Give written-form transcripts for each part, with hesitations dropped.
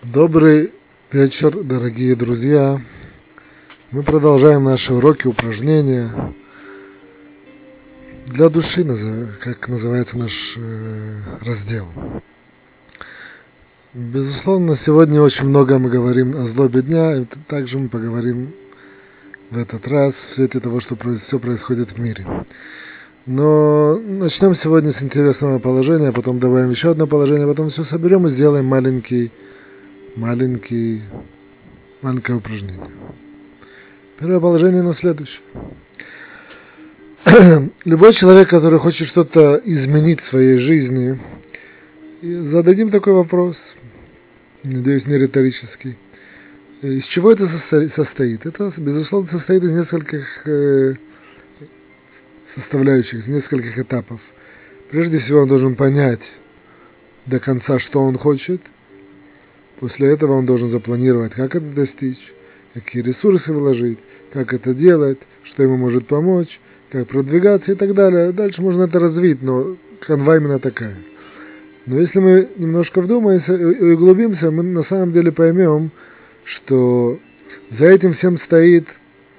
Добрый вечер, дорогие друзья. Мы продолжаем наши уроки, упражнения для души, как называется наш раздел. Безусловно, сегодня очень много мы говорим о злобе дня, и также мы поговорим в этот раз в свете того, что все происходит в мире. Но начнем сегодня с интересного положения, потом добавим еще одно положение, потом все соберем и сделаем маленькое упражнение. Первое положение, но следующее. Любой человек, который хочет что-то изменить в своей жизни, зададим такой вопрос, надеюсь, не риторический. Из чего это состоит? Это, безусловно, состоит из нескольких составляющих, из нескольких этапов. Прежде всего, он должен понять до конца, что он хочет. После этого он должен запланировать, как это достичь, какие ресурсы вложить, как это делать, что ему может помочь, как продвигаться и так далее. Дальше можно это развить, но канва именно такая. Но если мы немножко вдумаемся и углубимся, мы на самом деле поймем, что за этим всем стоит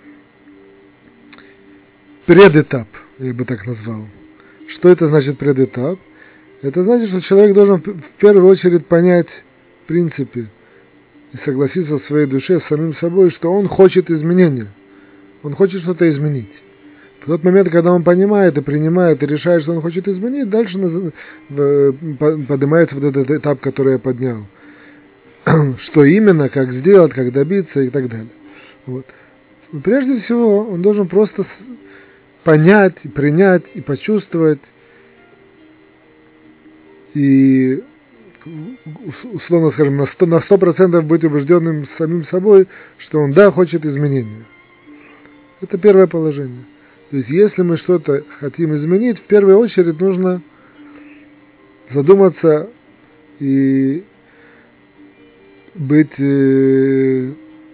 предэтап, я бы так назвал. Что это значит предэтап? Это значит, что человек должен в первую очередь понять в принципе и согласиться в своей душе с самим собой, что он хочет изменения. Он хочет что-то изменить. В тот момент, когда он понимает и принимает и решает, что он хочет изменить, дальше поднимается вот этот этап, который я поднял. Что именно, как сделать, как добиться и так далее. Вот. Прежде всего, он должен просто понять, принять и почувствовать и, условно скажем, на 100% быть убежденным самим собой, что он, да, хочет изменения. Это первое положение. То есть, если мы что-то хотим изменить, в первую очередь нужно задуматься и быть в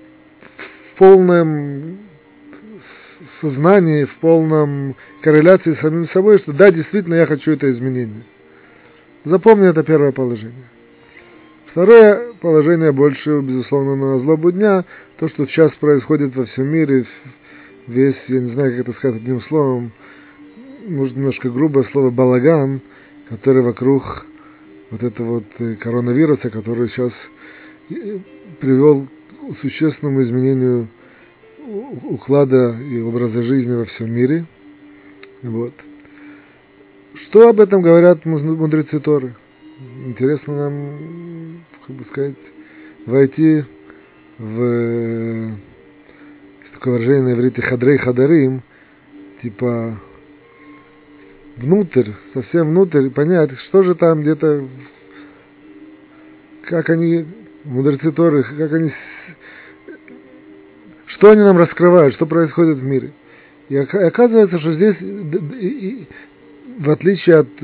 полном сознании, в полном корреляции с самим собой, что да, действительно, я хочу это изменение. Запомни это первое положение. Второе положение больше, безусловно, на злобу дня, то, что сейчас происходит во всем мире, весь, я не знаю, как это сказать одним словом, может, немножко грубое слово балаган, который вокруг вот этого вот коронавируса, который сейчас привел к существенному изменению уклада и образа жизни во всем мире. Вот. Что об этом говорят мудрецы Торы? Интересно нам, как бы сказать, войти в такое выражение на иврите хадрей хадарим, типа внутрь, совсем внутрь, понять, что же там где-то, как они, мудрецы Торы, как они, что они нам раскрывают, что происходит в мире. И оказывается, что здесь, в отличие от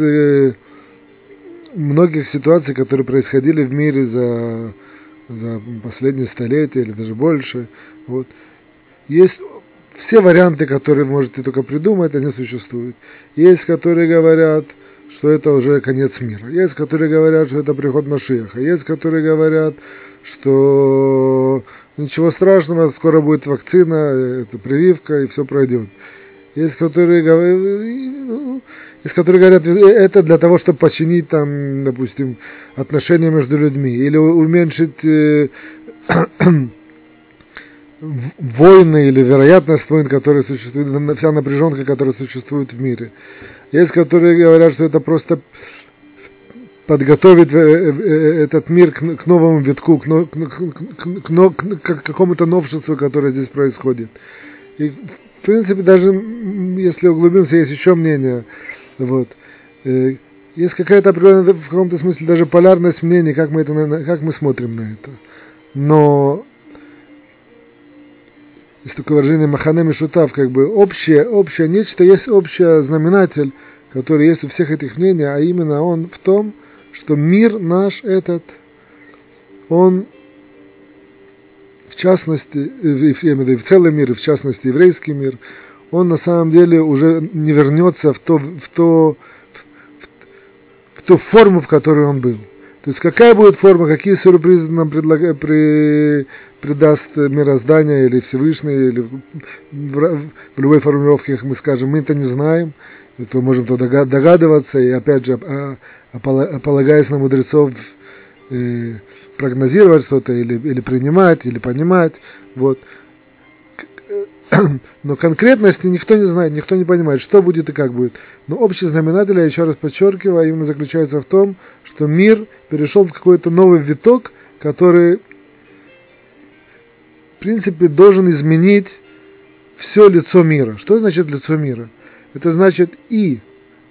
многих ситуаций, которые происходили в мире за последние столетия или даже больше, вот, есть все варианты, которые вы можете только придумать, они существуют. Есть, которые говорят, что это уже конец мира. Есть, которые говорят, что это приход Машиаха. Есть, которые говорят, что ничего страшного, скоро будет вакцина, это прививка, и все пройдет. Есть, которые говорят, это для того, чтобы починить там, допустим, отношения между людьми, или уменьшить войны или вероятность войн, которые существуют, вся напряженка, которая существует в мире. Есть, которые говорят, что это просто подготовит этот мир к новому витку, к какому-то новшеству, которое здесь происходит. И, в принципе, даже если углубимся, есть еще мнение. Вот. Есть какая-то определенная, в каком-то смысле, даже полярность мнений, как мы смотрим на это. Но есть такое выражение махане мишутав, как бы общее нечто, есть общий знаменатель, который есть у всех этих мнений, а именно он в том, что мир наш этот, он в частности, в целый мир, и в частности еврейский мир, он на самом деле уже не вернется в ту форму, в которой он был. То есть какая будет форма, какие сюрпризы нам придаст мироздание или Всевышний, или в любой формулировке, как мы скажем, мы это не знаем, то можем то догадываться, и опять же, полагаясь на мудрецов, прогнозировать что-то, или принимать, или понимать, вот. Но конкретности никто не знает, никто не понимает, что будет и как будет. Но общий знаменатель, я еще раз подчеркиваю, именно заключается в том, что мир перешел в какой-то новый виток, который, в принципе, должен изменить все лицо мира. Что значит лицо мира? Это значит и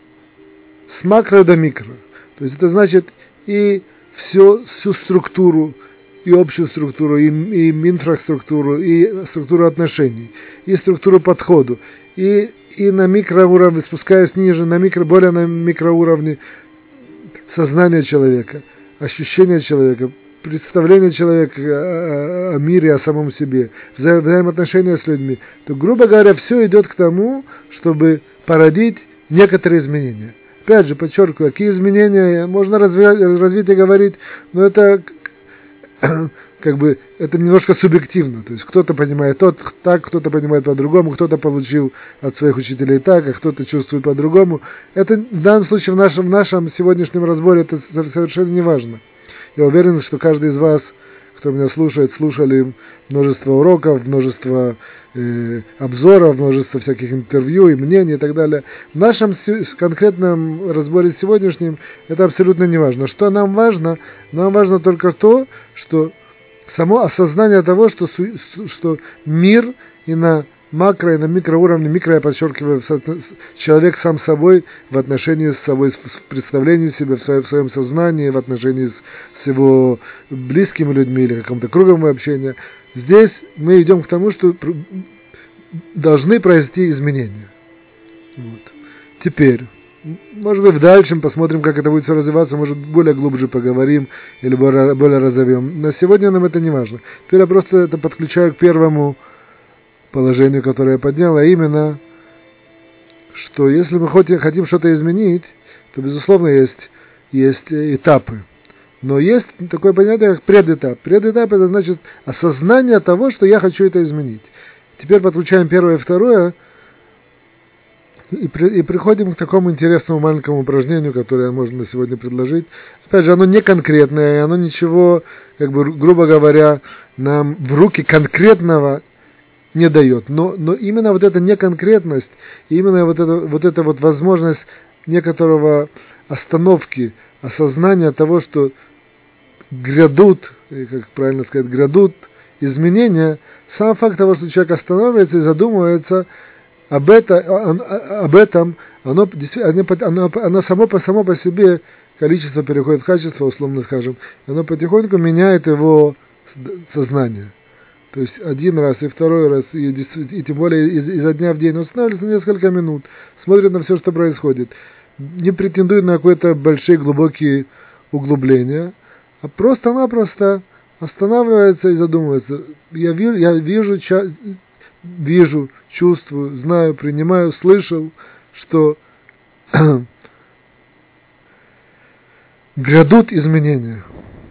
с макро до микро. То есть это значит и всю структуру, и общую структуру, и инфраструктуру, и структуру отношений, и структуру подхода, и на микроуровне, спускаясь ниже, более на микроуровне сознания человека, ощущения человека, представление человека о мире, о самом себе, взаимоотношения с людьми, то, грубо говоря, все идет к тому, чтобы породить некоторые изменения. Опять же, подчеркиваю, какие изменения можно развить и говорить, но это как бы это немножко субъективно, то есть кто-то понимает так, кто-то понимает по-другому, кто-то получил от своих учителей так, а кто-то чувствует по-другому. Это в данном случае в нашем сегодняшнем разборе это совершенно не важно. Я уверен, что каждый из вас, кто меня слушает, слушали множество уроков, множество обзоров, множество всяких интервью и мнений и так далее. В нашем конкретном разборе сегодняшнем это абсолютно не важно. Что нам важно? Нам важно только то, что само осознание того, что мир и на макро, и на микроуровне, микро я подчеркиваю, человек сам собой в отношении с собой, в представлении себя, в своем сознании, в отношении с его близкими людьми или каким-то кругом общения. Здесь мы идем к тому, что должны произойти изменения. Вот. Теперь, может быть, в дальнейшем посмотрим, как это будет все развиваться, может, более глубже поговорим или более разовьем. На сегодня нам это не важно. Теперь я просто это подключаю к первому положению, которое я поднял, а именно, что если мы хотим что-то изменить, то, безусловно, есть этапы. Но есть такое понятие, как предэтап. Предэтап – это значит осознание того, что я хочу это изменить. Теперь подключаем первое и второе, и приходим к такому интересному маленькому упражнению, которое можно сегодня предложить. Опять же, оно не конкретное, оно ничего, как бы, грубо говоря, нам в руки конкретного не дает. Но именно вот эта неконкретность, именно вот эта возможность некоторого остановки, осознания того, что грядут, как правильно сказать, грядут изменения, сам факт того, что человек останавливается и задумывается об этом, оно само по себе, количество переходит в качество, условно скажем, оно потихоньку меняет его сознание. То есть один раз и второй раз, и тем более изо дня в день он останавливается несколько минут, смотрит на все, что происходит, не претендует на какие-то большие глубокие углубления, а просто-напросто останавливается и задумывается. Я вижу, чувствую, знаю, принимаю, слышал, что грядут изменения.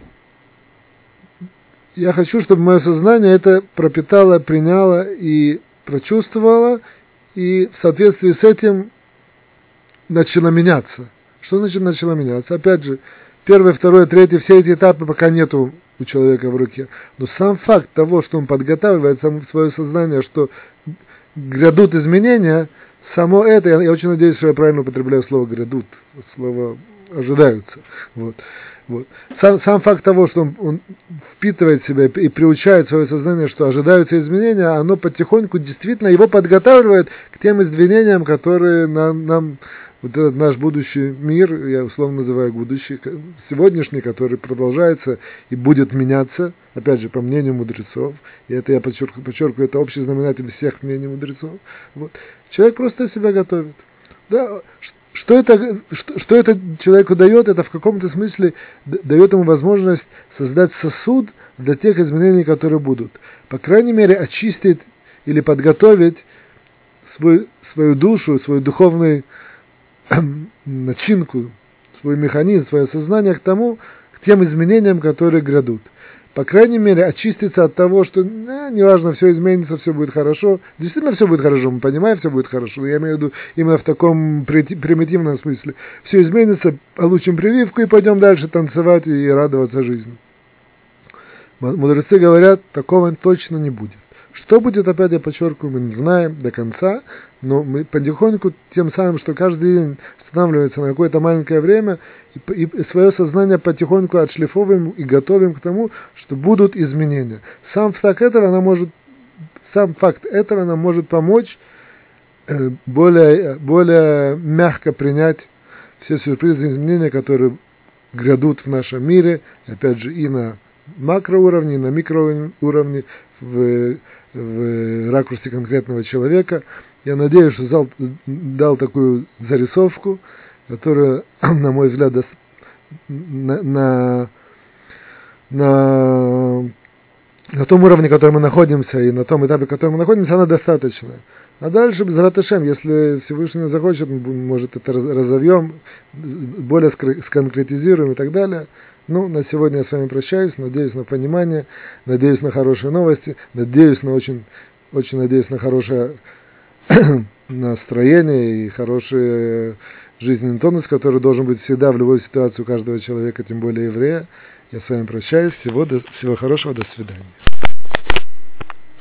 Я хочу, чтобы мое сознание это пропитало, приняло и прочувствовало, и в соответствии с этим начало меняться. Что значит начало меняться? Опять же, первое, второе, третье, все эти этапы пока нету у человека в руке. Но сам факт того, что он подготавливает свое сознание, что грядут изменения, само это, я очень надеюсь, что я правильно употребляю слово «грядут», слово «ожидаются». Вот. Сам факт того, что он впитывает в себя и приучает свое сознание, что ожидаются изменения, оно потихоньку действительно его подготавливает к тем изменениям, которые нам вот этот наш будущий мир, я условно называю будущий, сегодняшний, который продолжается и будет меняться, опять же, по мнению мудрецов, и это я подчеркиваю, это общий знаменатель всех мнений мудрецов. Вот. Человек просто себя готовит. Да, что это человеку дает? Это в каком-то смысле дает ему возможность создать сосуд для тех изменений, которые будут. По крайней мере, очистить или подготовить свою душу, свою духовную начинку, свой механизм, свое сознание к тому, к тем изменениям, которые грядут. По крайней мере, очиститься от того, что неважно, все изменится, все будет хорошо. Действительно, все будет хорошо, мы понимаем, все будет хорошо. Я имею в виду именно в таком примитивном смысле. Все изменится, получим прививку и пойдем дальше танцевать и радоваться жизни. Мудрецы говорят, такого точно не будет. Что будет, опять я подчеркиваю, мы не знаем до конца, но мы потихоньку, тем самым, что каждый день останавливается на какое-то маленькое время, и свое сознание потихоньку отшлифовываем и готовим к тому, что будут изменения. Сам факт этого нам может помочь более мягко принять все сюрпризы и изменения, которые грядут в нашем мире, опять же, и на макроуровне, и на микроуровне, в ракурсе конкретного человека. Я надеюсь, что дал такую зарисовку, которая, на мой взгляд, на том уровне, в котором мы находимся, и на том этапе, в котором мы находимся, она достаточна. А дальше, безрат Ашем, если Всевышний захочет, мы, может, это разовьем, более сконкретизируем и так далее. Ну, на сегодня я с вами прощаюсь, надеюсь на понимание, надеюсь на хорошие новости, надеюсь на очень надеюсь на хорошее настроение и хороший жизненный тонус, который должен быть всегда в любой ситуации у каждого человека, тем более еврея. Я с вами прощаюсь, всего хорошего, до свидания.